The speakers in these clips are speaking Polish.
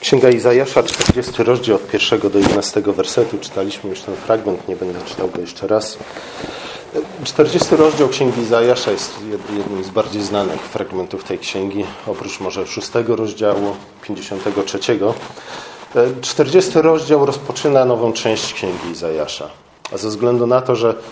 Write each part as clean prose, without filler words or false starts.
Księga Izajasza, 40 rozdział od 1 do 11 wersetu. Czytaliśmy już ten fragment, nie będę czytał go jeszcze raz. 40 rozdział Księgi Izajasza jest jednym z bardziej znanych fragmentów tej księgi, oprócz może 6 rozdziału, 53. 40 rozdział rozpoczyna nową część Księgi Izajasza. A ze względu na to, że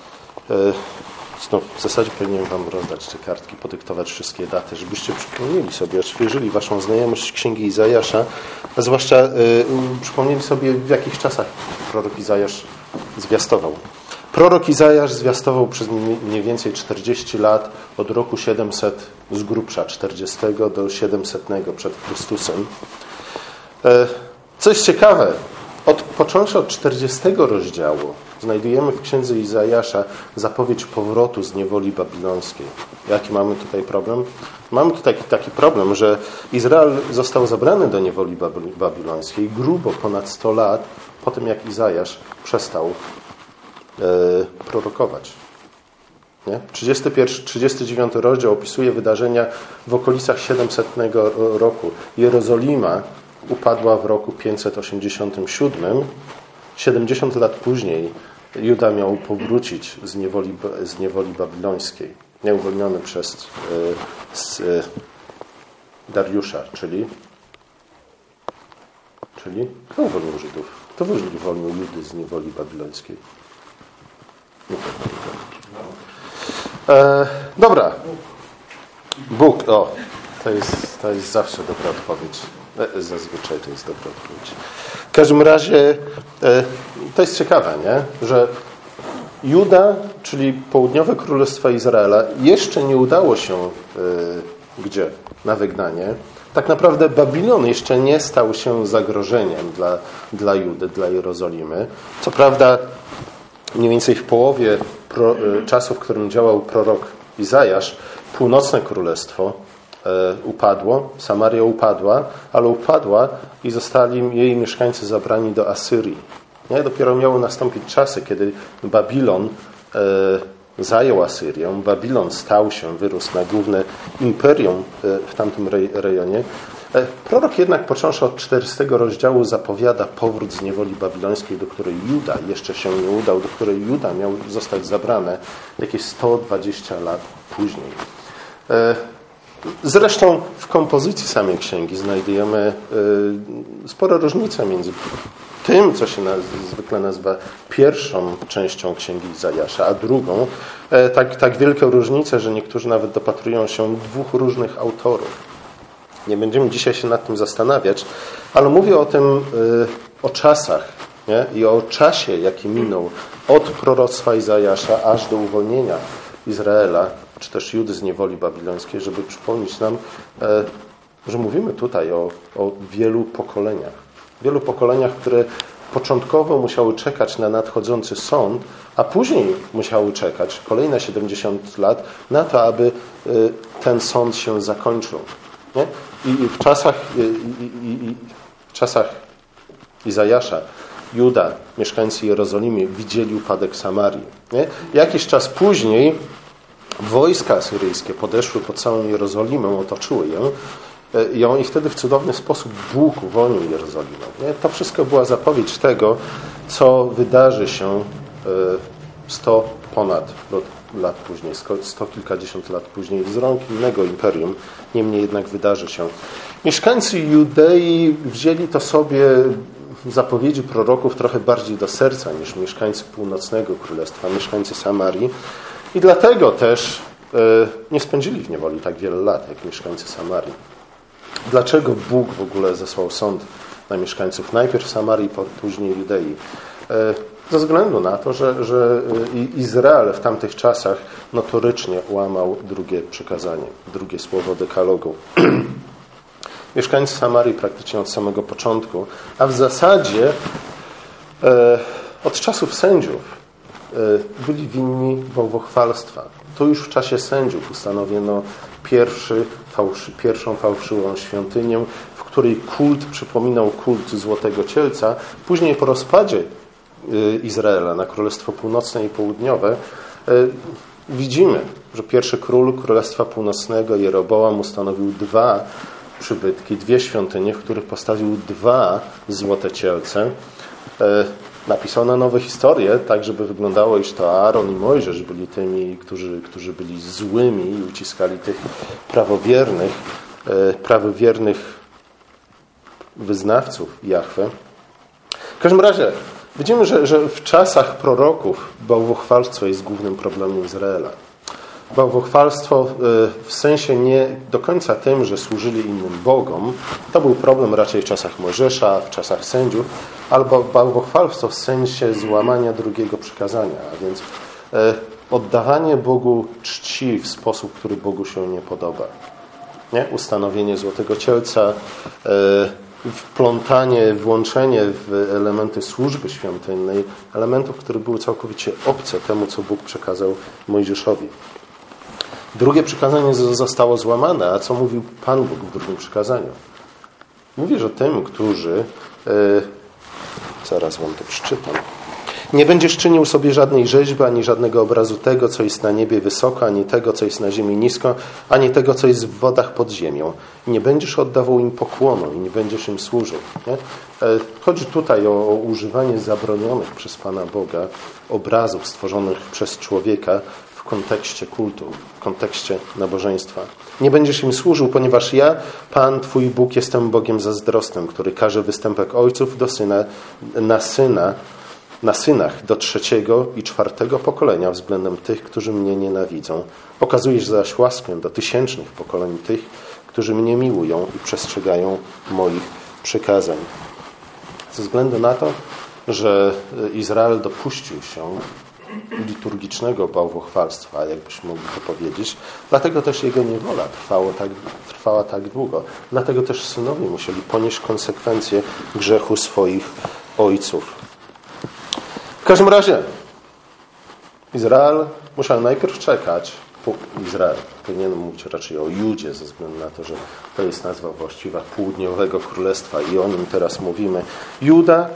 w zasadzie powinienem wam rozdać te kartki, podyktować wszystkie daty, żebyście przypomnieli sobie, odświeżyli waszą znajomość Księgi Izajasza, a zwłaszcza przypomnieli sobie, w jakich czasach prorok Izajasz zwiastował. Prorok Izajasz zwiastował przez mniej więcej 40 lat, od roku 700 z grubsza 40 do 700 przed Chrystusem. Co jest ciekawe, począwszy od 40 rozdziału znajdujemy w księdze Izajasza zapowiedź powrotu z niewoli babilońskiej. Jaki mamy tutaj problem? Mamy tutaj taki problem, że Izrael został zabrany do niewoli babilońskiej grubo ponad 100 lat po tym, jak Izajasz przestał prorokować. Nie? 39 rozdział opisuje wydarzenia w okolicach 700 roku. Jerozolima upadła w roku 587. 70 lat później Juda miał powrócić z niewoli babilońskiej. Nieuwolniony przez Dariusza, czyli kto uwolnił Żydów? Kto uwolnił Judy z niewoli babilońskiej? Dobra. Bóg. To jest zawsze dobra odpowiedź. Zazwyczaj to jest dobra odpowiedź. W każdym razie to jest ciekawe, nie? Że Juda, czyli południowe królestwo Izraela, jeszcze nie udało się gdzie? Na wygnanie. Tak naprawdę Babilon jeszcze nie stał się zagrożeniem dla Judy, dla Jerozolimy. Co prawda mniej więcej w połowie czasu, w którym działał prorok Izajasz, północne królestwo upadło, Samaria upadła, ale upadła i zostali jej mieszkańcy zabrani do Asyrii. Nie? Dopiero miały nastąpić czasy, kiedy Babilon zajął Asyrię, Babilon wyrósł na główne imperium w tamtym rejonie. Prorok jednak, począwszy od 40 rozdziału, zapowiada powrót z niewoli babilońskiej, do której Juda jeszcze się nie udał, do której Juda miał zostać zabrane jakieś 120 lat później. Zresztą w kompozycji samej księgi znajdujemy spore różnice między tym, co się zwykle nazywa pierwszą częścią księgi Izajasza, a drugą. Tak wielkie różnice, że niektórzy nawet dopatrują się dwóch różnych autorów. Nie będziemy dzisiaj się nad tym zastanawiać, ale mówię o tym, o czasach, nie? I o czasie, jaki minął od proroctwa Izajasza aż do uwolnienia Izraela, czy też Judy z niewoli babilońskiej, żeby przypomnieć nam, że mówimy tutaj o wielu pokoleniach. Wielu pokoleniach, które początkowo musiały czekać na nadchodzący sąd, a później musiały czekać kolejne 70 lat na to, aby ten sąd się zakończył. Nie? I w czasach Izajasza Juda, mieszkańcy Jerozolimy, widzieli upadek Samarii. Nie? Jakiś czas później wojska asyryjskie podeszły pod całą Jerozolimę, otoczyły ją i wtedy w cudowny sposób Bóg uwolnił Jerozolimę. Nie? To wszystko była zapowiedź tego, co wydarzy się 100 ponad lat później, 100 kilkadziesiąt lat później z rąk innego imperium. Niemniej jednak wydarzy się. Mieszkańcy Judei wzięli to sobie zapowiedzi proroków trochę bardziej do serca niż mieszkańcy północnego królestwa, mieszkańcy Samarii. I dlatego też nie spędzili w niewoli tak wiele lat, jak mieszkańcy Samarii. Dlaczego Bóg w ogóle zesłał sąd na mieszkańców najpierw Samarii, później Judei? Ze względu na to, że Izrael w tamtych czasach notorycznie łamał drugie przykazanie, drugie słowo dekalogu. Mieszkańcy Samarii praktycznie od samego początku, a w zasadzie od czasów sędziów byli winni bałwochwalstwa. To już w czasie sędziów ustanowiono pierwszą fałszywą świątynię, w której kult przypominał kult Złotego Cielca. Później po rozpadzie Izraela na Królestwo Północne i Południowe widzimy, że pierwszy król Królestwa Północnego, Jeroboam, ustanowił dwa przybytki, 2 świątynie, w których postawił 2 złote cielce. Napisał na nowe historie, tak żeby wyglądało, iż to Aaron i Mojżesz byli tymi, którzy byli złymi i uciskali tych prawowiernych wyznawców Jahwe. W każdym razie widzimy, że w czasach proroków bałwochwalstwo jest głównym problemem Izraela. Bałwochwalstwo w sensie nie do końca tym, że służyli innym bogom. To był problem raczej w czasach Mojżesza, w czasach sędziów, albo bałwochwalstwo w sensie złamania drugiego przykazania, a więc oddawanie Bogu czci w sposób, który Bogu się nie podoba. Nie? Ustanowienie złotego cielca, wplątanie, włączenie w elementy służby świątynnej, elementów, które były całkowicie obce temu, co Bóg przekazał Mojżeszowi. Drugie przykazanie zostało złamane, a co mówił Pan Bóg w drugim przykazaniu? Mówisz o tym, którzy... zaraz wam to przeczytam. Nie będziesz czynił sobie żadnej rzeźby, ani żadnego obrazu tego, co jest na niebie wysoko, ani tego, co jest na ziemi nisko, ani tego, co jest w wodach pod ziemią. Nie będziesz oddawał im pokłonu i nie będziesz im służył. Nie? Chodzi tutaj o używanie zabronionych przez Pana Boga obrazów stworzonych przez człowieka w kontekście kultu, w kontekście nabożeństwa. Nie będziesz im służył, ponieważ ja, Pan, Twój Bóg, jestem Bogiem zazdrosnym, który każe występek ojców do syna, na synach do 3. i 4. pokolenia względem tych, którzy mnie nienawidzą. Okazujesz zaś łaskę do 1000 pokoleń tych, którzy mnie miłują i przestrzegają moich przykazań. Ze względu na to, że Izrael dopuścił się liturgicznego bałwochwalstwa, jakbyśmy mogli to powiedzieć, dlatego też jego niewola trwała tak długo. Dlatego też synowie musieli ponieść konsekwencje grzechu swoich ojców. W każdym razie Izrael musiał najpierw czekać, Izrael, powinienem mówić raczej o Judzie, ze względu na to, że to jest nazwa właściwa Południowego Królestwa i o nim teraz mówimy. Juda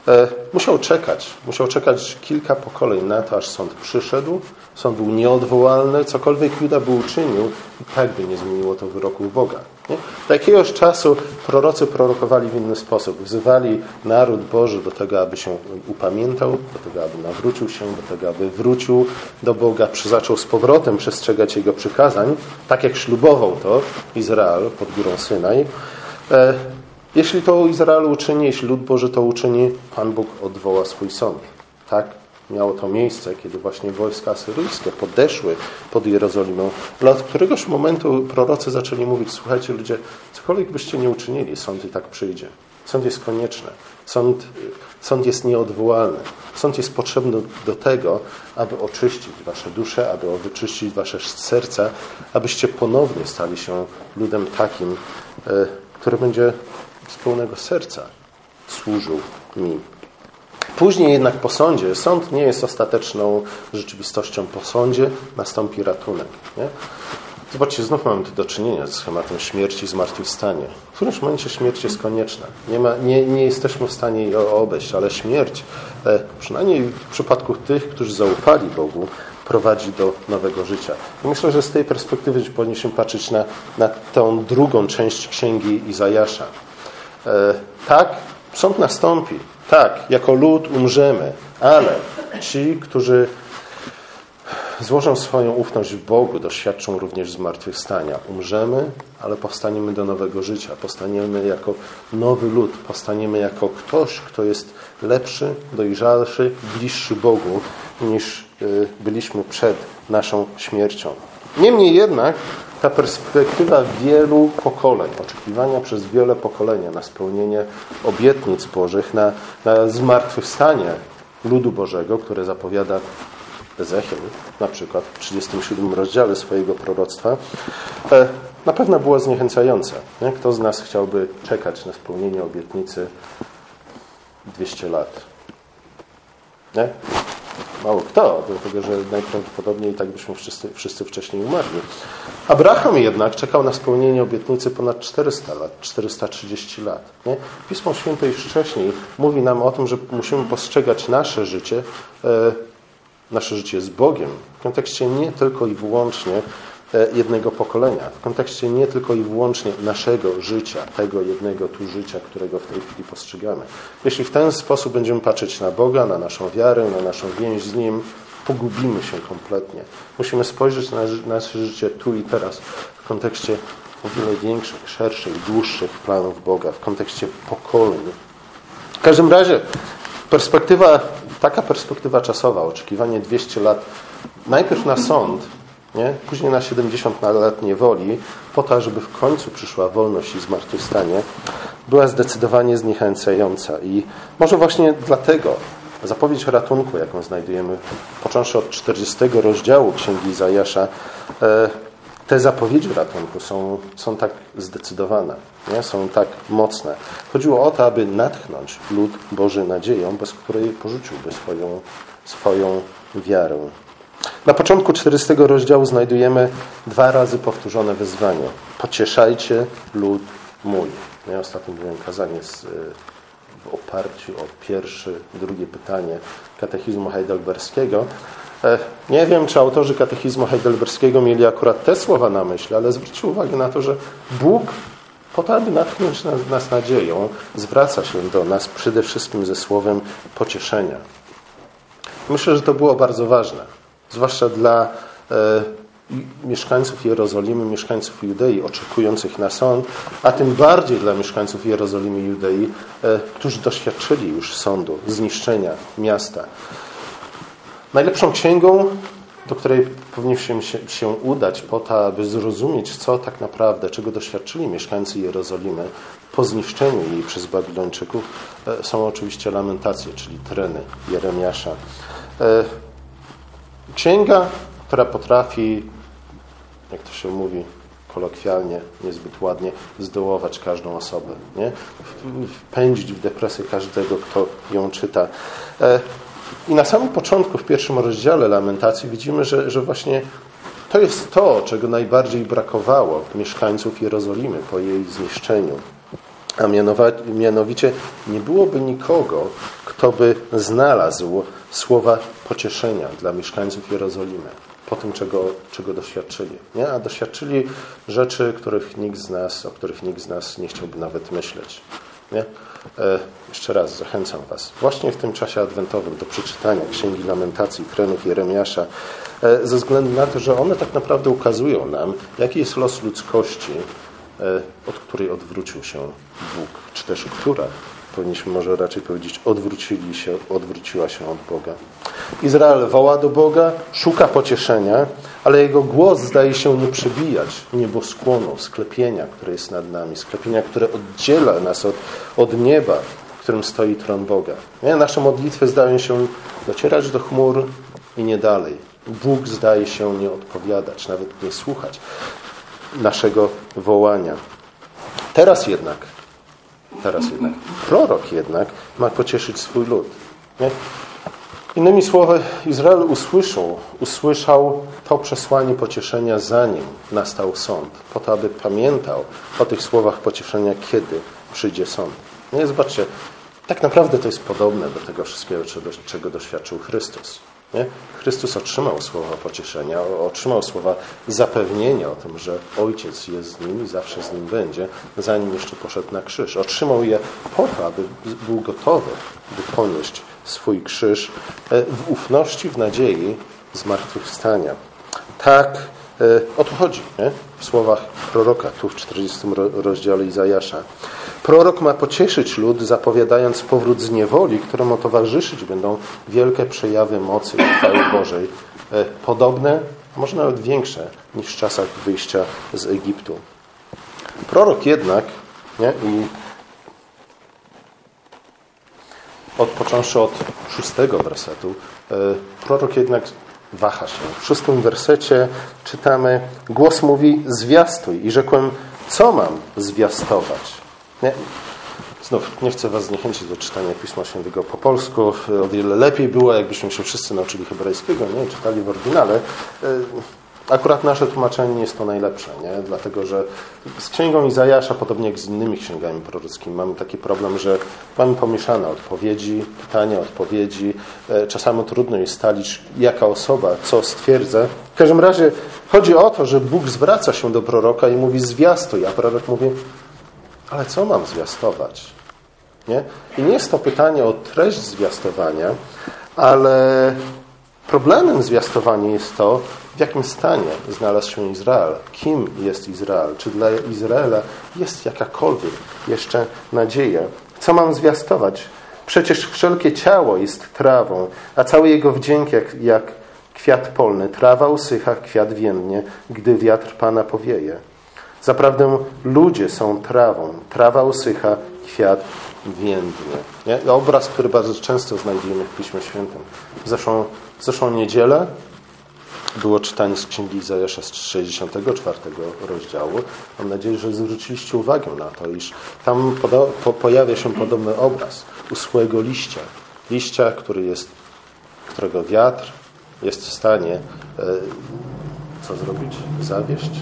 musiał czekać kilka pokoleń na to, aż sąd przyszedł. Sąd był nieodwołalny. Cokolwiek Juda by uczynił, i tak by nie zmieniło to wyroków Boga. Nie? Do jakiegoś czasu prorocy prorokowali w inny sposób. Wzywali naród Boży do tego, aby się upamiętał, do tego, aby nawrócił się, do tego, aby wrócił do Boga, zaczął z powrotem przestrzegać Jego przykazań, tak jak ślubował to Izrael pod górą Synaj. Jeśli to Izrael uczyni, jeśli lud Boży to uczyni, Pan Bóg odwoła swój sąd. Tak miało to miejsce, kiedy właśnie wojska asyryjskie podeszły pod Jerozolimę. Ale od któregoś momentu prorocy zaczęli mówić: słuchajcie ludzie, cokolwiek byście nie uczynili, sąd i tak przyjdzie. Sąd jest konieczny. Sąd jest nieodwołalny. Sąd jest potrzebny do tego, aby oczyścić wasze dusze, aby wyczyścić wasze serca, abyście ponownie stali się ludem takim, który będzie z pełnego serca służył mi. Później jednak po sądzie, sąd nie jest ostateczną rzeczywistością. Po sądzie nastąpi ratunek. Nie? Zobaczcie, znów mamy tu do czynienia ze schematem śmierci i zmartwychwstania. W którymś momencie śmierć jest konieczna. Nie jesteśmy w stanie jej obejść, ale śmierć, przynajmniej w przypadku tych, którzy zaufali Bogu, prowadzi do nowego życia. I myślę, że z tej perspektywy powinniśmy patrzeć na tę drugą część księgi Izajasza. Tak, sąd nastąpi. Tak, jako lud umrzemy, ale ci, którzy złożą swoją ufność w Bogu, doświadczą również zmartwychwstania. Umrzemy, ale powstaniemy do nowego życia. Powstaniemy jako nowy lud. Powstaniemy jako ktoś, kto jest lepszy, dojrzalszy, bliższy Bogu, niż byliśmy przed naszą śmiercią. Niemniej jednak ta perspektywa wielu pokoleń, oczekiwania przez wiele pokolenia na spełnienie obietnic Bożych, na zmartwychwstanie ludu Bożego, które zapowiada Ezechiel, na przykład w 37 rozdziale swojego proroctwa, na pewno była zniechęcająca. Nie? Kto z nas chciałby czekać na spełnienie obietnicy 200 lat? Nie? Mało kto, dlatego że najprawdopodobniej tak byśmy wszyscy wcześniej umarli. Abraham jednak czekał na spełnienie obietnicy ponad 400 lat, 430 lat. Nie? Pismo Święte już wcześniej mówi nam o tym, że musimy postrzegać nasze życie z Bogiem w kontekście nie tylko i wyłącznie jednego pokolenia, w kontekście nie tylko i wyłącznie naszego życia, tego jednego tu życia, którego w tej chwili postrzegamy. Jeśli w ten sposób będziemy patrzeć na Boga, na naszą wiarę, na naszą więź z Nim, pogubimy się kompletnie. Musimy spojrzeć na nasze życie tu i teraz w kontekście o wiele większych, szerszych, dłuższych planów Boga, w kontekście pokoleń. W każdym razie taka perspektywa czasowa, oczekiwanie 200 lat, najpierw na sąd, nie? Później na 70 lat niewoli, po to, żeby w końcu przyszła wolność i zmartwychwstanie, była zdecydowanie zniechęcająca. I może właśnie dlatego zapowiedź ratunku, jaką znajdujemy, począwszy od 40 rozdziału Księgi Izajasza, te zapowiedzi ratunku są tak zdecydowane, nie? Są tak mocne. Chodziło o to, aby natchnąć lud Boży nadzieją, bez której porzuciłby swoją wiarę. Na początku 40 rozdziału znajdujemy 2 razy powtórzone wezwanie. Pocieszajcie lud mój. Ja ostatnio byłem kazanie w oparciu o pierwsze, drugie pytanie katechizmu heidelberskiego. Nie wiem, czy autorzy katechizmu heidelberskiego mieli akurat te słowa na myśli, ale zwróćcie uwagę na to, że Bóg po to, aby natchnąć nas nadzieją, zwraca się do nas przede wszystkim ze słowem pocieszenia. Myślę, że to było bardzo ważne, zwłaszcza dla mieszkańców Jerozolimy, mieszkańców Judei oczekujących na sąd, a tym bardziej dla mieszkańców Jerozolimy i Judei, którzy doświadczyli już sądu, zniszczenia miasta. Najlepszą księgą, do której powinniśmy się udać po to, aby zrozumieć, co tak naprawdę, czego doświadczyli mieszkańcy Jerozolimy po zniszczeniu jej przez Babilończyków, są oczywiście lamentacje, czyli treny Jeremiasza. Księga, która potrafi, jak to się mówi kolokwialnie, niezbyt ładnie, zdołować każdą osobę, nie? Wpędzić w depresję każdego, kto ją czyta. I na samym początku, w pierwszym rozdziale Lamentacji widzimy, że właśnie to jest to, czego najbardziej brakowało mieszkańców Jerozolimy po jej zniszczeniu. A mianowicie nie byłoby nikogo, kto by znalazł słowa pocieszenia dla mieszkańców Jerozolimy po tym, czego doświadczyli. Nie? A doświadczyli rzeczy, o których nikt z nas nie chciałby nawet myśleć. Nie? Jeszcze raz zachęcam Was właśnie w tym czasie adwentowym do przeczytania Księgi Lamentacji, Trenów Jeremiasza, ze względu na to, że one tak naprawdę ukazują nam, jaki jest los ludzkości, od której odwrócił się Bóg, czy też która, powinniśmy może raczej powiedzieć, odwróciła się od Boga. Izrael woła do Boga, szuka pocieszenia, ale jego głos zdaje się nie przebijać nieboskłonu, sklepienia, które jest nad nami, sklepienia, które oddziela nas od nieba, w którym stoi tron Boga. Nie? Nasze modlitwy zdają się docierać do chmur i nie dalej. Bóg zdaje się nie odpowiadać, nawet nie słuchać naszego wołania. Teraz jednak, prorok jednak ma pocieszyć swój lud. Nie? Innymi słowy, Izrael usłyszał to przesłanie pocieszenia, zanim nastał sąd, po to, aby pamiętał o tych słowach pocieszenia, kiedy przyjdzie sąd. Nie, zobaczcie, tak naprawdę to jest podobne do tego wszystkiego, czego doświadczył Chrystus. Nie? Chrystus otrzymał słowa pocieszenia, otrzymał słowa zapewnienia o tym, że Ojciec jest z Nim i zawsze z Nim będzie, zanim jeszcze poszedł na krzyż. Otrzymał je po to, aby był gotowy, by ponieść swój krzyż w ufności, w nadziei zmartwychwstania. Tak o to chodzi, nie? W słowach proroka, tu w 40 rozdziale Izajasza. Prorok ma pocieszyć lud, zapowiadając powrót z niewoli, któremu towarzyszyć będą wielkie przejawy mocy i chwały Bożej, podobne, może nawet większe, niż w czasach wyjścia z Egiptu. Prorok jednak, nie? I począwszy od 6 wersetu, prorok jednak waha się. W 6 wersecie czytamy: głos mówi: zwiastuj. I rzekłem: co mam zwiastować? Nie. Znów nie chcę Was zniechęcić do czytania Pisma Świętego po polsku. O wiele lepiej było, jakbyśmy się wszyscy nauczyli hebrajskiego, nie? Czytali w oryginale. Akurat nasze tłumaczenie nie jest to najlepsze, nie? Dlatego że z Księgą Izajasza, podobnie jak z innymi księgami prorockimi, mamy taki problem, że mamy pomieszane odpowiedzi, pytania, odpowiedzi. Czasami trudno jest ustalić, jaka osoba co stwierdza. W każdym razie chodzi o to, że Bóg zwraca się do proroka i mówi zwiastuj, a prorok mówi, ale co mam zwiastować? Nie? I nie jest to pytanie o treść zwiastowania, ale problemem zwiastowania jest to, w jakim stanie znalazł się Izrael. Kim jest Izrael? Czy dla Izraela jest jakakolwiek jeszcze nadzieja? Co mam zwiastować? Przecież wszelkie ciało jest trawą, a cały jego wdzięk jak kwiat polny. Trawa usycha, kwiat więdnie, gdy wiatr Pana powieje. Zaprawdę ludzie są trawą. Trawa usycha, kwiat więdnie. Nie? Obraz, który bardzo często znajdujemy w Piśmie Świętym. W zeszłą niedzielę było czytanie z Księgi Izajasza z 64 rozdziału. Mam nadzieję, że zwróciliście uwagę na to, iż tam pojawia się podobny obraz uschłego liścia. Liścia, którego wiatr jest w stanie co zrobić? Zawieść?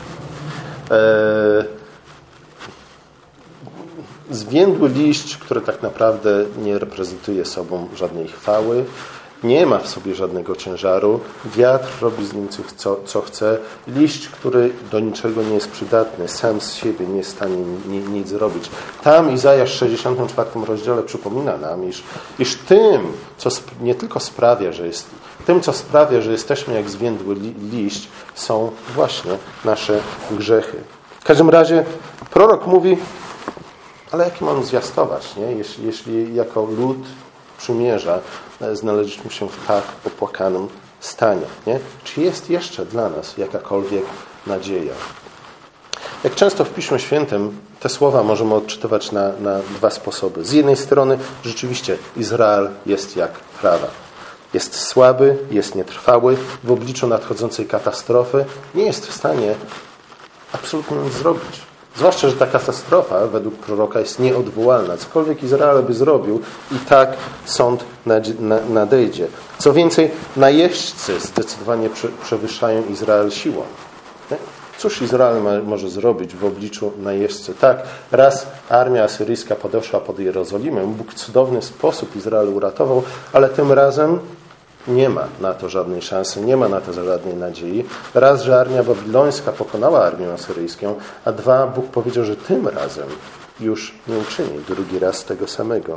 Zwiędły liść, który tak naprawdę nie reprezentuje sobą żadnej chwały, nie ma w sobie żadnego ciężaru, wiatr robi z nim co chce, liść, który do niczego nie jest przydatny, sam z siebie nie jest w stanie nic zrobić. Tam Izajasz w 64 rozdziale przypomina nam, iż tym, co nie tylko sprawia, że jesteśmy jak zwiędły liść, są właśnie nasze grzechy. W każdym razie prorok mówi, ale jaki mam zwiastować, nie? Jeśli jako lud przymierza znaleźliśmy się w tak opłakanym stanie. Nie? Czy jest jeszcze dla nas jakakolwiek nadzieja? Jak często w Piśmie Świętym te słowa możemy odczytywać na dwa sposoby. Z jednej strony rzeczywiście Izrael jest jak trawa. Jest słaby, jest nietrwały, w obliczu nadchodzącej katastrofy nie jest w stanie absolutnie nic zrobić. Zwłaszcza, że ta katastrofa według proroka jest nieodwołalna. Cokolwiek Izrael by zrobił, i tak sąd nadejdzie. Co więcej, najeźdźcy zdecydowanie przewyższają Izrael siłą. Cóż Izrael może zrobić w obliczu najeźdźcy? Tak, raz armia asyryjska podeszła pod Jerozolimę. Bóg w cudowny sposób Izrael uratował, ale tym razem nie ma na to żadnej szansy, nie ma na to żadnej nadziei. Raz, że armia babilońska pokonała armię asyryjską, a dwa, Bóg powiedział, że tym razem już nie uczyni drugi raz tego samego.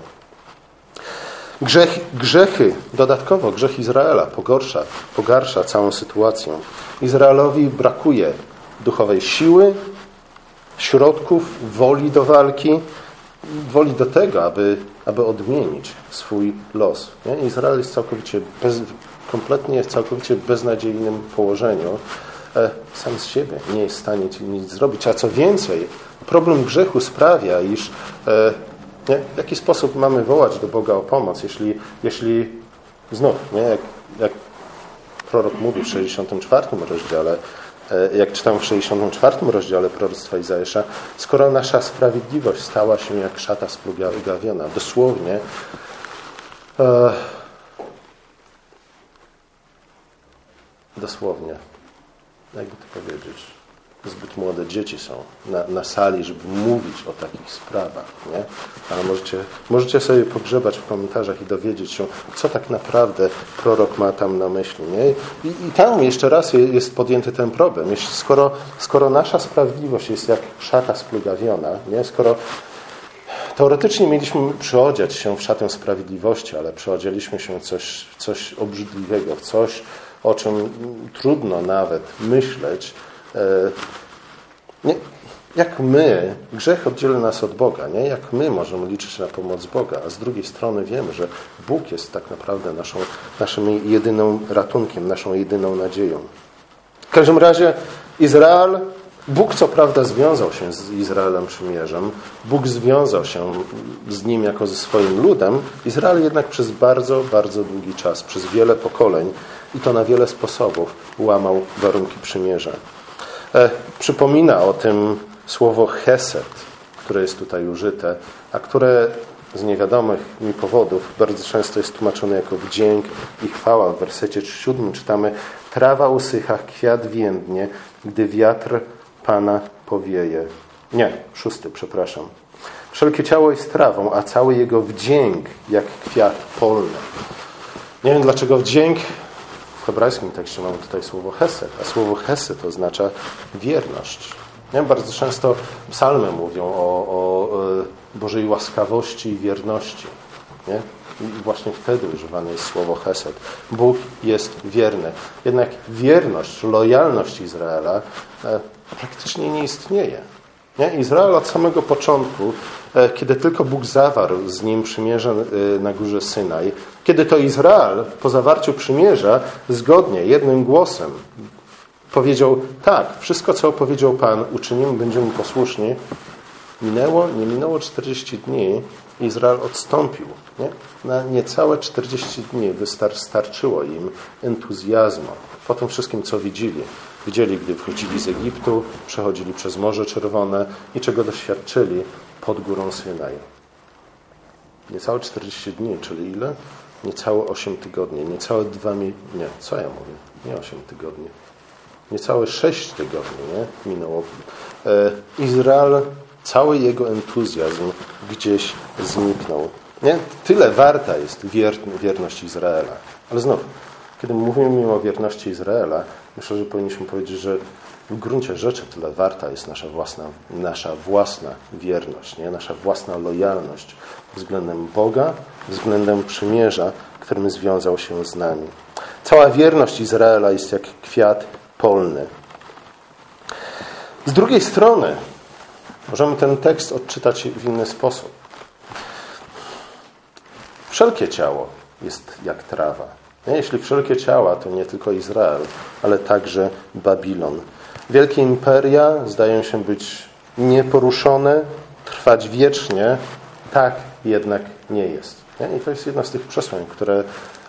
Dodatkowo grzech Izraela pogarsza całą sytuację. Izraelowi brakuje duchowej siły, środków, woli do walki, woli do tego, aby odmienić swój los. Nie? Izrael jest kompletnie w całkowicie beznadziejnym położeniu. Sam z siebie nie jest w stanie nic zrobić. A co więcej, problem grzechu sprawia, iż w jaki sposób mamy wołać do Boga o pomoc, jeśli znów, jak prorok mówi w 64 rozdziale, jak czytam w 64 rozdziale proroctwa Izajasza, skoro nasza sprawiedliwość stała się jak szata splugawiona, dosłownie jakby to powiedzieć, zbyt młode dzieci są na sali, żeby mówić o takich sprawach, nie? Ale możecie sobie pogrzebać w komentarzach i dowiedzieć się, co tak naprawdę prorok ma tam na myśli, nie? I tam jeszcze raz jest podjęty ten problem. Skoro nasza sprawiedliwość jest jak szata splugawiona, nie? Skoro teoretycznie mieliśmy przyodziać się w szatę sprawiedliwości, ale przyodzieliśmy się w coś obrzydliwego, w coś, o czym trudno nawet myśleć. Jak my, grzech oddziela nas od Boga, nie? Jak my możemy liczyć na pomoc Boga, a z drugiej strony wiemy, że Bóg jest tak naprawdę naszym jedynym ratunkiem, naszą jedyną nadzieją. W każdym razie Bóg co prawda związał się z Izraelem przymierzem, Bóg związał się z nim jako ze swoim ludem, Izrael jednak przez bardzo, bardzo długi czas, przez wiele pokoleń i to na wiele sposobów łamał warunki przymierza. Przypomina o tym słowo chesed, które jest tutaj użyte, a które z niewiadomych mi powodów bardzo często jest tłumaczone jako wdzięk i chwała. W wersecie 7 czytamy: trawa usycha, kwiat więdnie, gdy wiatr Pana powieje. Nie, 6, przepraszam. Wszelkie ciało jest trawą, a cały jego wdzięk jak kwiat polny. Nie wiem, dlaczego wdzięk W hebrajskim tekście mamy tutaj słowo hesed, a słowo hesed oznacza wierność. Nie? Bardzo często psalmy mówią o Bożej łaskawości i wierności. Nie? I właśnie wtedy używane jest słowo hesed. Bóg jest wierny. Jednak wierność, lojalność Izraela praktycznie nie istnieje. Nie? Izrael od samego początku, kiedy tylko Bóg zawarł z nim przymierze na górze Synaj, kiedy to Izrael po zawarciu przymierza zgodnie, jednym głosem powiedział, tak, wszystko co powiedział Pan uczynimy, będziemy posłuszni. Nie minęło 40 dni, Izrael odstąpił. Nie? Na niecałe 40 dni wystarczyło im entuzjazmu po tym wszystkim, co widzieli. Widzieli, gdy wchodzili z Egiptu, przechodzili przez Morze Czerwone i czego doświadczyli pod górą Synaj. Niecałe 40 dni, czyli ile? Niecałe 8 tygodni, niecałe 2 miesiące. Nie, co ja mówię? Nie 8 tygodni. Niecałe 6 tygodni, nie? Minęło. Izrael, cały jego entuzjazm gdzieś zniknął. Nie? Tyle warta jest wierność Izraela. Ale znów, kiedy mówimy o wierności Izraela, myślę, że powinniśmy powiedzieć, że w gruncie rzeczy tyle warta jest nasza własna wierność, nie? Nasza własna lojalność względem Boga, względem przymierza, którym związał się z nami. Cała wierność Izraela jest jak kwiat polny. Z drugiej strony możemy ten tekst odczytać w inny sposób. Wszelkie ciało jest jak trawa. Jeśli wszelkie ciała, to nie tylko Izrael, ale także Babilon. Wielkie imperia zdają się być nieporuszone, trwać wiecznie. Tak jednak nie jest. I to jest jedno z tych przesłań, które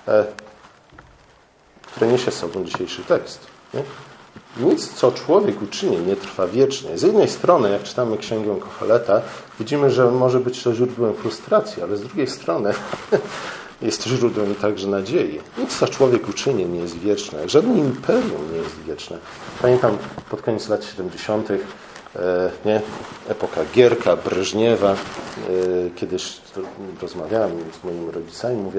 niesie z sobą dzisiejszy tekst. Nic, co człowiek uczyni, nie trwa wiecznie. Z jednej strony, jak czytamy Księgę Koheleta, widzimy, że może być to źródłem frustracji, ale z drugiej strony jest źródłem także nadziei. Nic, co człowiek uczyni, nie jest wieczne. Żadne imperium nie jest wieczne. Pamiętam pod koniec lat 70. Epoka Gierka, Breżniewa. Kiedyś rozmawiałem z moimi rodzicami, mówię,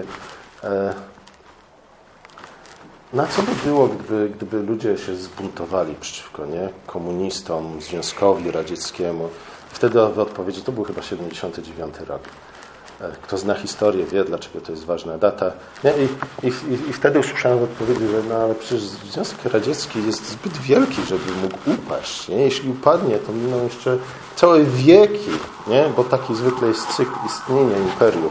na co by było, gdyby ludzie się zbuntowali przeciwko komunistom, Związkowi Radzieckiemu? Wtedy w odpowiedzi, to był chyba 79 rok. Kto zna historię, wie, dlaczego to jest ważna data. I wtedy usłyszałem w odpowiedzi, że ale przecież Związek Radziecki jest zbyt wielki, żeby mógł upaść. Nie? Jeśli upadnie, to miną jeszcze całe wieki, nie? Bo taki zwykle jest cykl istnienia imperiów.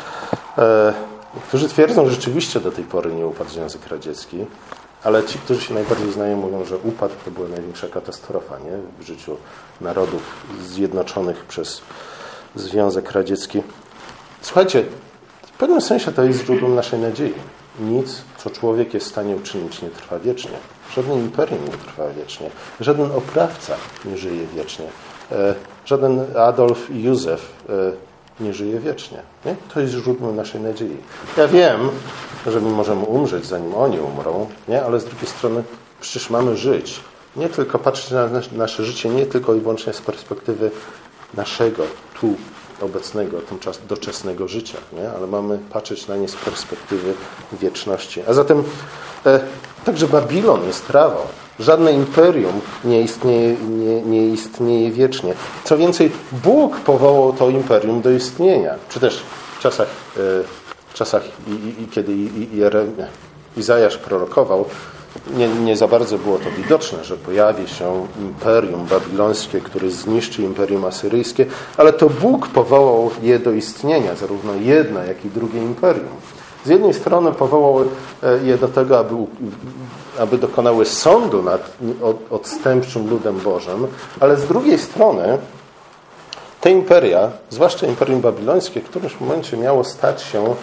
Którzy twierdzą, że rzeczywiście do tej pory nie upadł Związek Radziecki, ale ci, którzy się najbardziej znają, mówią, że upadł to była największa katastrofa, nie? W życiu narodów zjednoczonych przez Związek Radziecki. Słuchajcie, w pewnym sensie to jest źródłem naszej nadziei. Nic, co człowiek jest w stanie uczynić, nie trwa wiecznie. Żaden imperium nie trwa wiecznie. Żaden oprawca nie żyje wiecznie. Żaden Adolf i Józef nie żyje wiecznie. Nie? To jest źródłem naszej nadziei. Ja wiem, że my możemy umrzeć, zanim oni umrą, nie? Ale z drugiej strony przecież mamy żyć. Nie tylko patrzeć na nasze życie, nie tylko i wyłącznie z perspektywy naszego tu obecnego, doczesnego życia, nie? Ale mamy patrzeć na nie z perspektywy wieczności. A zatem także Babilon jest trawą. Żadne imperium nie istnieje wiecznie. Co więcej, Bóg powołał to imperium do istnienia. Czy też w czasach kiedy Izajasz prorokował, nie za bardzo było to widoczne, że pojawi się imperium babilońskie, które zniszczy imperium asyryjskie, ale to Bóg powołał je do istnienia, zarówno jedno, jak i drugie imperium. Z jednej strony powołał je do tego, aby dokonały sądu nad odstępczym ludem Bożym, ale z drugiej strony te imperia, zwłaszcza imperium babilońskie, w którymś momencie miało stać się,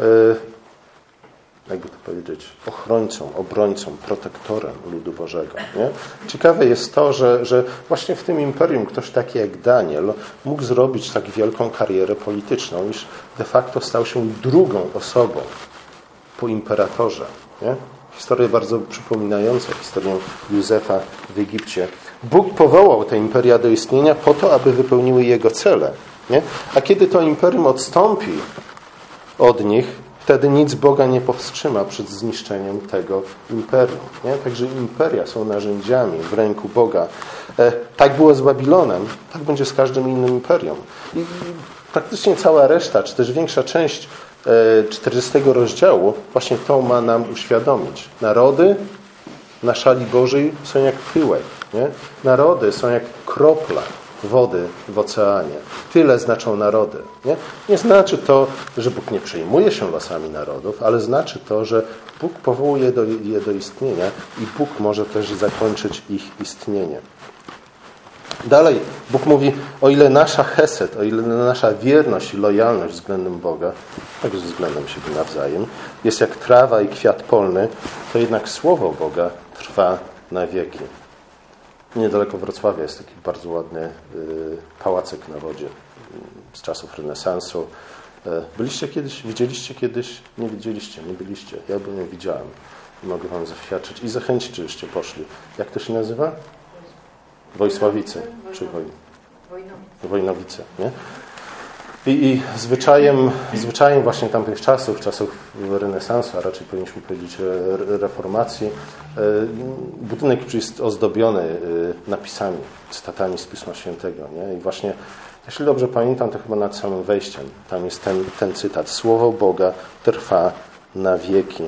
jakby to powiedzieć, ochrońcą, obrońcą, protektorem ludu Bożego. Nie? Ciekawe jest to, że właśnie w tym imperium ktoś taki jak Daniel mógł zrobić tak wielką karierę polityczną, iż de facto stał się drugą osobą po imperatorze. Nie? Historię bardzo przypominającą historię Józefa w Egipcie. Bóg powołał te imperia do istnienia po to, aby wypełniły jego cele. Nie? A kiedy to imperium odstąpi od nich, wtedy nic Boga nie powstrzyma przed zniszczeniem tego imperium. Nie? Także imperia są narzędziami w ręku Boga. Tak było z Babilonem, tak będzie z każdym innym imperium. I praktycznie cała reszta, czy też większa część 40 rozdziału właśnie to ma nam uświadomić. Narody na szali Bożej są jak pyłek. Nie? Narody są jak kropla wody w oceanie. Tyle znaczą narody. Nie znaczy to, że Bóg nie przejmuje się losami narodów, ale znaczy to, że Bóg powołuje je do istnienia i Bóg może też zakończyć ich istnienie. Dalej Bóg mówi, o ile nasza chesed, o ile nasza wierność i lojalność względem Boga, także względem siebie nawzajem, jest jak trawa i kwiat polny, to jednak słowo Boga trwa na wieki. Niedaleko Wrocławia jest taki bardzo ładny pałacyk na wodzie z czasów renesansu. Byliście kiedyś? Widzieliście kiedyś? Nie widzieliście, nie byliście. Ja bym nie widziałem. I mogę wam zaświadczyć i zachęcić, żebyście poszli. Jak to się nazywa? Wojsławice. Czy Wojnowice. Nie? I zwyczajem właśnie tamtych czasów renesansu, a raczej powinniśmy powiedzieć reformacji, budynek jest ozdobiony napisami, cytatami z Pisma Świętego. Nie? I właśnie, jeśli dobrze pamiętam, to chyba nad samym wejściem tam jest ten cytat. Słowo Boga trwa na wieki.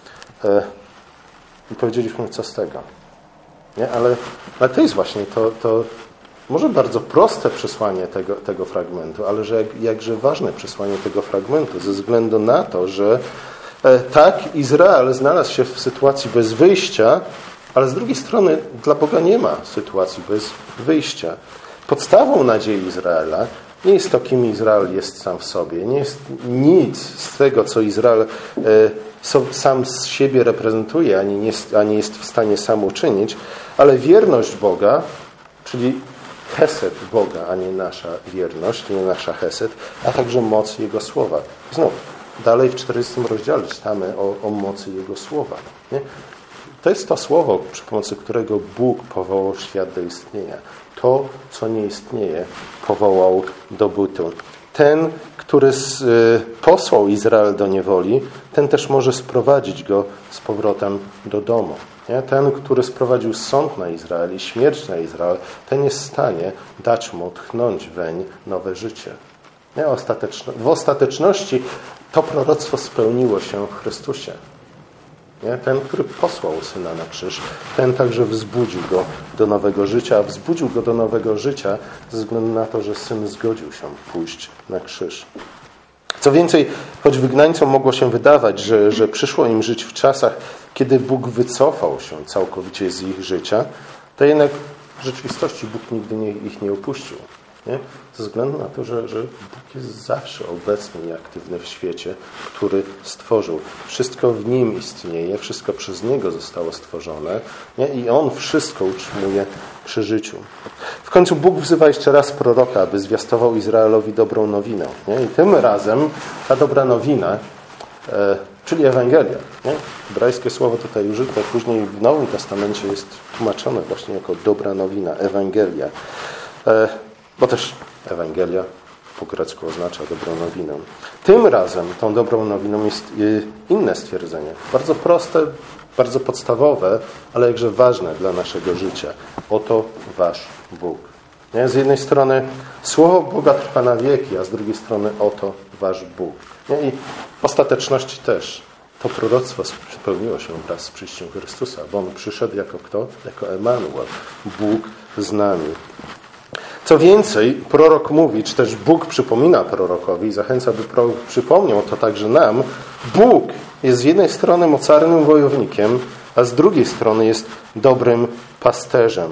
I powiedzieliśmy, co z tego. Nie? Ale to jest właśnie to może bardzo proste przesłanie tego fragmentu, ale że jakże ważne przesłanie tego fragmentu, ze względu na to, że tak, Izrael znalazł się w sytuacji bez wyjścia, ale z drugiej strony dla Boga nie ma sytuacji bez wyjścia. Podstawą nadziei Izraela nie jest to, kim Izrael jest sam w sobie. Nie jest nic z tego, co Izrael sam z siebie reprezentuje, ani jest w stanie sam uczynić, ale wierność Boga, czyli chesed Boga, a nie nasza wierność, nie nasza chesed, a także moc Jego Słowa. Znów, dalej w 40 rozdziale czytamy o mocy Jego Słowa. Nie? To jest to słowo, przy pomocy którego Bóg powołał świat do istnienia. To, co nie istnieje, powołał do bytu. Ten, który posłał Izrael do niewoli, ten też może sprowadzić go z powrotem do domu. Nie? Ten, który sprowadził sąd na Izrael i śmierć na Izrael, ten jest w stanie dać mu tchnąć weń nowe życie. Nie? W ostateczności to proroctwo spełniło się w Chrystusie. Nie? Ten, który posłał Syna na krzyż, ten także wzbudził go do nowego życia, a wzbudził go do nowego życia ze względu na to, że Syn zgodził się pójść na krzyż. Co więcej, choć wygnańcom mogło się wydawać, że przyszło im żyć w czasach, kiedy Bóg wycofał się całkowicie z ich życia, to jednak w rzeczywistości Bóg nigdy ich nie opuścił. Nie? Ze względu na to, że Bóg jest zawsze obecny i aktywny w świecie, który stworzył. Wszystko w Nim istnieje, wszystko przez Niego zostało stworzone, nie? I On wszystko utrzymuje przy życiu. W końcu Bóg wzywa jeszcze raz proroka, aby zwiastował Izraelowi dobrą nowinę. Nie? I tym razem ta dobra nowina, czyli Ewangelia. Nie? Hebrajskie słowo tutaj użyte, później w Nowym Testamencie jest tłumaczone właśnie jako dobra nowina, Ewangelia. Bo też Ewangelia po grecku oznacza dobrą nowinę. Tym razem tą dobrą nowiną jest inne stwierdzenie. Bardzo proste, bardzo podstawowe, ale jakże ważne dla naszego życia. Oto wasz Bóg. Nie? Z jednej strony słowo Boga trwa na wieki, a z drugiej strony oto wasz Bóg. Nie? I w ostateczności też to proroctwo spełniło się wraz z przyjściem Chrystusa, bo On przyszedł jako kto? Jako Emanuel. Bóg z nami. Co więcej, prorok mówi, czy też Bóg przypomina prorokowi i zachęca, by prorok przypomniał to także nam. Bóg jest z jednej strony mocarnym wojownikiem, a z drugiej strony jest dobrym pasterzem.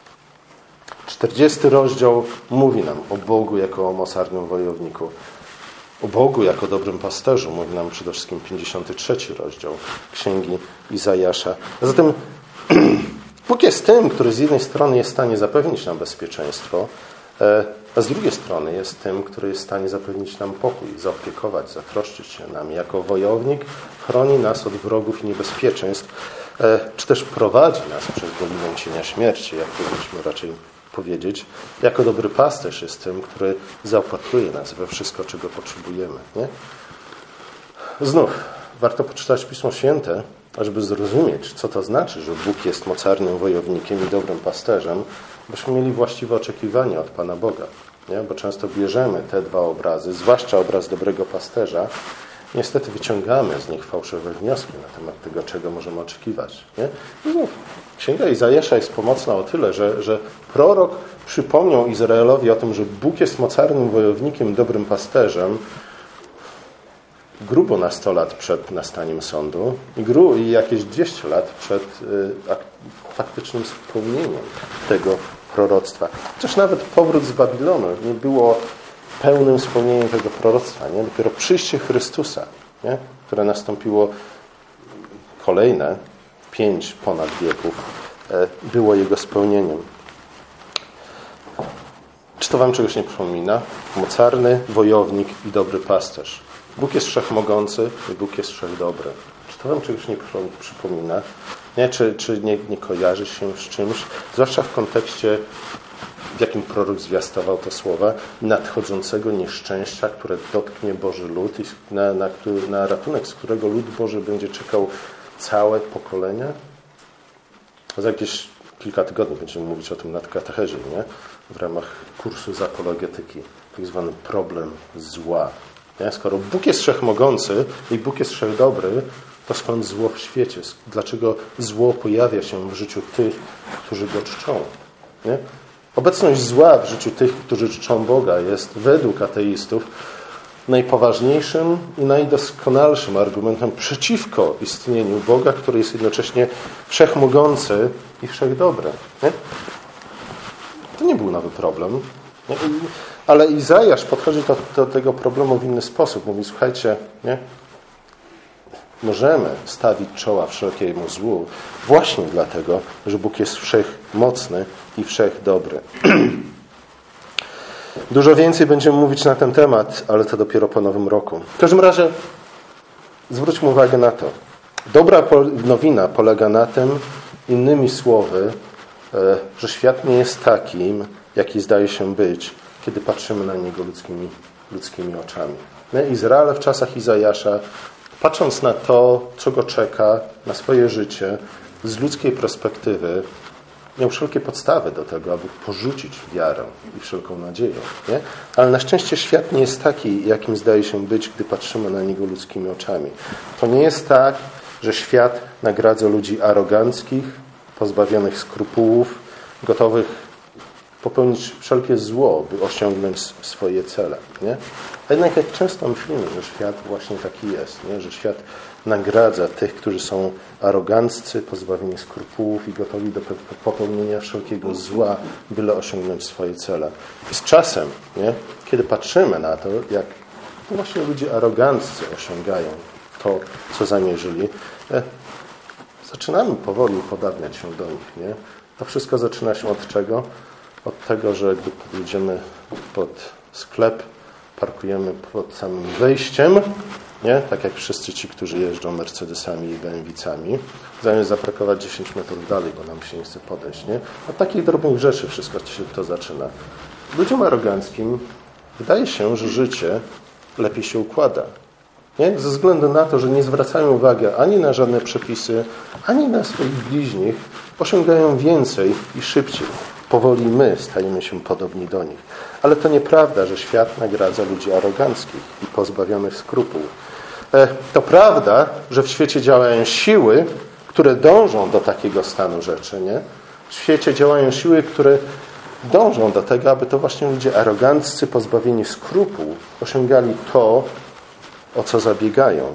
40 rozdział mówi nam o Bogu jako o mocarnym wojowniku. O Bogu jako dobrym pasterzu mówi nam przede wszystkim 53 rozdział Księgi Izajasza. A zatem Bóg jest tym, który z jednej strony jest w stanie zapewnić nam bezpieczeństwo, a z drugiej strony jest tym, który jest w stanie zapewnić nam pokój, zaopiekować, zatroszczyć się nami. Jako wojownik chroni nas od wrogów i niebezpieczeństw, czy też prowadzi nas przez dolinę cienia śmierci, jak powinniśmy raczej powiedzieć. Jako dobry pasterz jest tym, który zaopatruje nas we wszystko, czego potrzebujemy. Nie? Znów, warto poczytać Pismo Święte, żeby zrozumieć, co to znaczy, że Bóg jest mocarnym wojownikiem i dobrym pasterzem, byśmy mieli właściwe oczekiwania od Pana Boga. Nie? Bo często bierzemy te dwa obrazy, zwłaszcza obraz dobrego pasterza, niestety wyciągamy z nich fałszywe wnioski na temat tego, czego możemy oczekiwać. Nie? Znów, Księga Izajasza jest pomocna o tyle, że prorok przypomniał Izraelowi o tym, że Bóg jest mocarnym wojownikiem, dobrym pasterzem, grubo na 100 lat przed nastaniem sądu i jakieś 200 lat przed faktycznym spełnieniem tego proroctwa. Chociaż nawet powrót z Babilonu nie było pełnym spełnieniem tego proroctwa. Nie? Dopiero przyjście Chrystusa, nie? Które nastąpiło kolejne 5 ponad wieków, było jego spełnieniem. Czy to wam czegoś nie przypomina? Mocarny wojownik i dobry pasterz. Bóg jest wszechmogący i Bóg jest wszechdobry. Czy to wam czegoś nie przypomina? Nie? Czy nie kojarzy się z czymś? Zwłaszcza w kontekście, w jakim prorok zwiastował te słowa, nadchodzącego nieszczęścia, które dotknie Boży lud i na ratunek, z którego lud Boży będzie czekał całe pokolenia. Za jakieś kilka tygodni będziemy mówić o tym na katechezie, nie? W ramach kursu z apologetyki, tak zwany problem zła. Nie? Skoro Bóg jest wszechmogący i Bóg jest wszechdobry, to skąd zło w świecie? Dlaczego zło pojawia się w życiu tych, którzy go czczą? Nie? Obecność zła w życiu tych, którzy czczą Boga, jest według ateistów najpoważniejszym i najdoskonalszym argumentem przeciwko istnieniu Boga, który jest jednocześnie wszechmogący i wszechdobry. Nie? To nie był nowy problem. Nie? Ale Izajasz podchodzi do tego problemu w inny sposób. Mówi, słuchajcie, nie? Możemy stawić czoła wszelkiemu złu właśnie dlatego, że Bóg jest wszechmocny i wszechdobry. Dużo więcej będziemy mówić na ten temat, ale to dopiero po nowym roku. W każdym razie zwróćmy uwagę na to. Dobra nowina polega na tym, innymi słowy, że świat nie jest takim, jaki zdaje się być, kiedy patrzymy na niego ludzkimi oczami. Izrael w czasach Izajasza, patrząc na to, co go czeka, na swoje życie, z ludzkiej perspektywy, miał wszelkie podstawy do tego, aby porzucić wiarę i wszelką nadzieję. Nie? Ale na szczęście świat nie jest taki, jakim zdaje się być, gdy patrzymy na niego ludzkimi oczami. To nie jest tak, że świat nagradza ludzi aroganckich, pozbawionych skrupułów, gotowych popełnić wszelkie zło, by osiągnąć swoje cele. Nie? A jednak jak często myślimy, że świat właśnie taki jest, nie? Że świat nagradza tych, którzy są aroganccy, pozbawieni skrupułów i gotowi do popełnienia wszelkiego zła, byle osiągnąć swoje cele. I z czasem, nie? Kiedy patrzymy na to, jak właśnie ludzie aroganccy osiągają to, co zamierzyli, zaczynamy powoli upodabniać się do nich. Nie? To wszystko zaczyna się od czego? Od tego, że gdy podjedziemy pod sklep, parkujemy pod samym wejściem, nie? Tak jak wszyscy ci, którzy jeżdżą Mercedesami i BMW-cami, zamiast zaparkować 10 metrów dalej, bo nam się nie chce podejść. Nie? Od takich drobnych rzeczy wszystko się to zaczyna. Ludziom aroganckim wydaje się, że życie lepiej się układa. Nie? Ze względu na to, że nie zwracają uwagi ani na żadne przepisy, ani na swoich bliźnich, osiągają więcej i szybciej. Powoli my stajemy się podobni do nich. Ale to nieprawda, że świat nagradza ludzi aroganckich i pozbawionych skrupuł. To prawda, że w świecie działają siły, które dążą do takiego stanu rzeczy. Nie? W świecie działają siły, które dążą do tego, aby to właśnie ludzie aroganccy, pozbawieni skrupuł, osiągali to, o co zabiegają.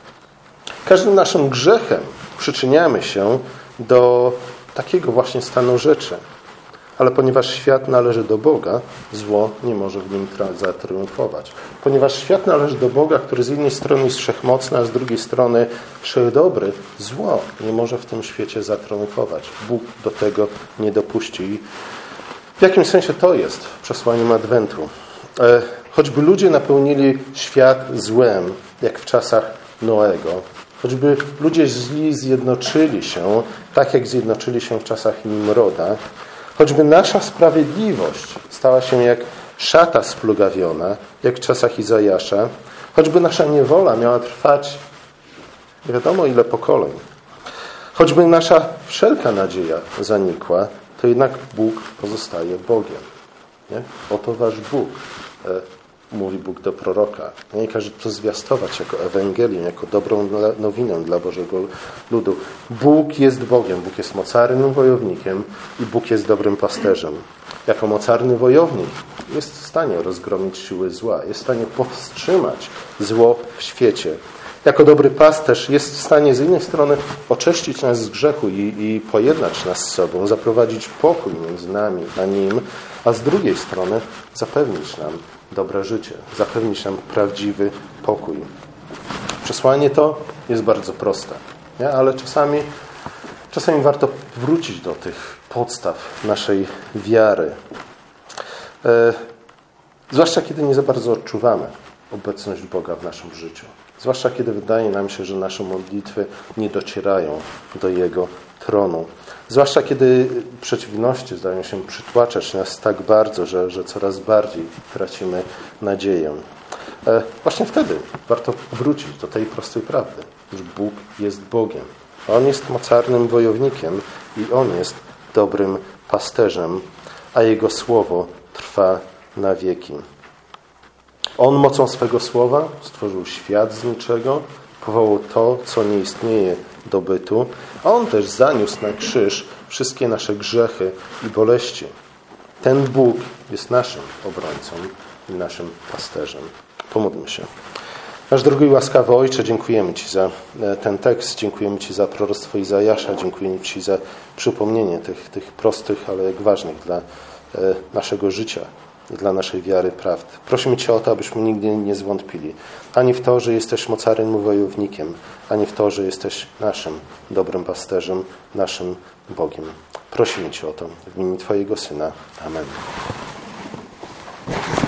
Każdym naszym grzechem przyczyniamy się do takiego właśnie stanu rzeczy. Ale ponieważ świat należy do Boga, zło nie może w nim zatriumfować. Ponieważ świat należy do Boga, który z jednej strony jest wszechmocny, a z drugiej strony wszechdobry, zło nie może w tym świecie zatriumfować. Bóg do tego nie dopuści. W jakim sensie to jest przesłaniem Adwentu? Choćby ludzie napełnili świat złem, jak w czasach Noego, choćby ludzie źli zjednoczyli się, tak jak zjednoczyli się w czasach Nimroda, choćby nasza sprawiedliwość stała się jak szata splugawiona, jak w czasach Izajasza, choćby nasza niewola miała trwać nie wiadomo ile pokoleń, choćby nasza wszelka nadzieja zanikła, to jednak Bóg pozostaje Bogiem. Nie? Oto wasz Bóg, mówi Bóg do proroka. Nie każe to zwiastować jako Ewangelię, jako dobrą nowinę dla Bożego ludu. Bóg jest Bogiem, Bóg jest mocarnym wojownikiem i Bóg jest dobrym pasterzem. Jako mocarny wojownik jest w stanie rozgromić siły zła, jest w stanie powstrzymać zło w świecie. Jako dobry pasterz jest w stanie z jednej strony oczyścić nas z grzechu i pojednać nas z sobą, zaprowadzić pokój między nami a Nim, a z drugiej strony zapewnić nam dobre życie, zapewnić nam prawdziwy pokój. Przesłanie to jest bardzo proste, nie? Ale czasami warto wrócić do tych podstaw naszej wiary. Zwłaszcza kiedy nie za bardzo odczuwamy obecność Boga w naszym życiu. Zwłaszcza kiedy wydaje nam się, że nasze modlitwy nie docierają do Jego tronu. Zwłaszcza kiedy przeciwności zdają się przytłaczać nas tak bardzo, że coraz bardziej tracimy nadzieję. Właśnie wtedy warto wrócić do tej prostej prawdy, że Bóg jest Bogiem. On jest mocarnym wojownikiem i On jest dobrym pasterzem, a Jego słowo trwa na wieki. On mocą swego słowa stworzył świat z niczego, powołał to, co nie istnieje do bytu, a On też zaniósł na krzyż wszystkie nasze grzechy i boleści. Ten Bóg jest naszym obrońcą i naszym pasterzem. Pomódlmy się. Nasz drogi i łaskawy Ojcze, dziękujemy Ci za ten tekst, dziękujemy Ci za proroctwo Izajasza, dziękujemy Ci za przypomnienie tych prostych, ale jak ważnych dla naszego życia i dla naszej wiary prawd. Prosimy Cię o to, abyśmy nigdy nie zwątpili ani w to, że jesteś mocarnym wojownikiem, ani w to, że jesteś naszym dobrym pasterzem, naszym Bogiem. Prosimy Cię o to w imieniu Twojego Syna. Amen.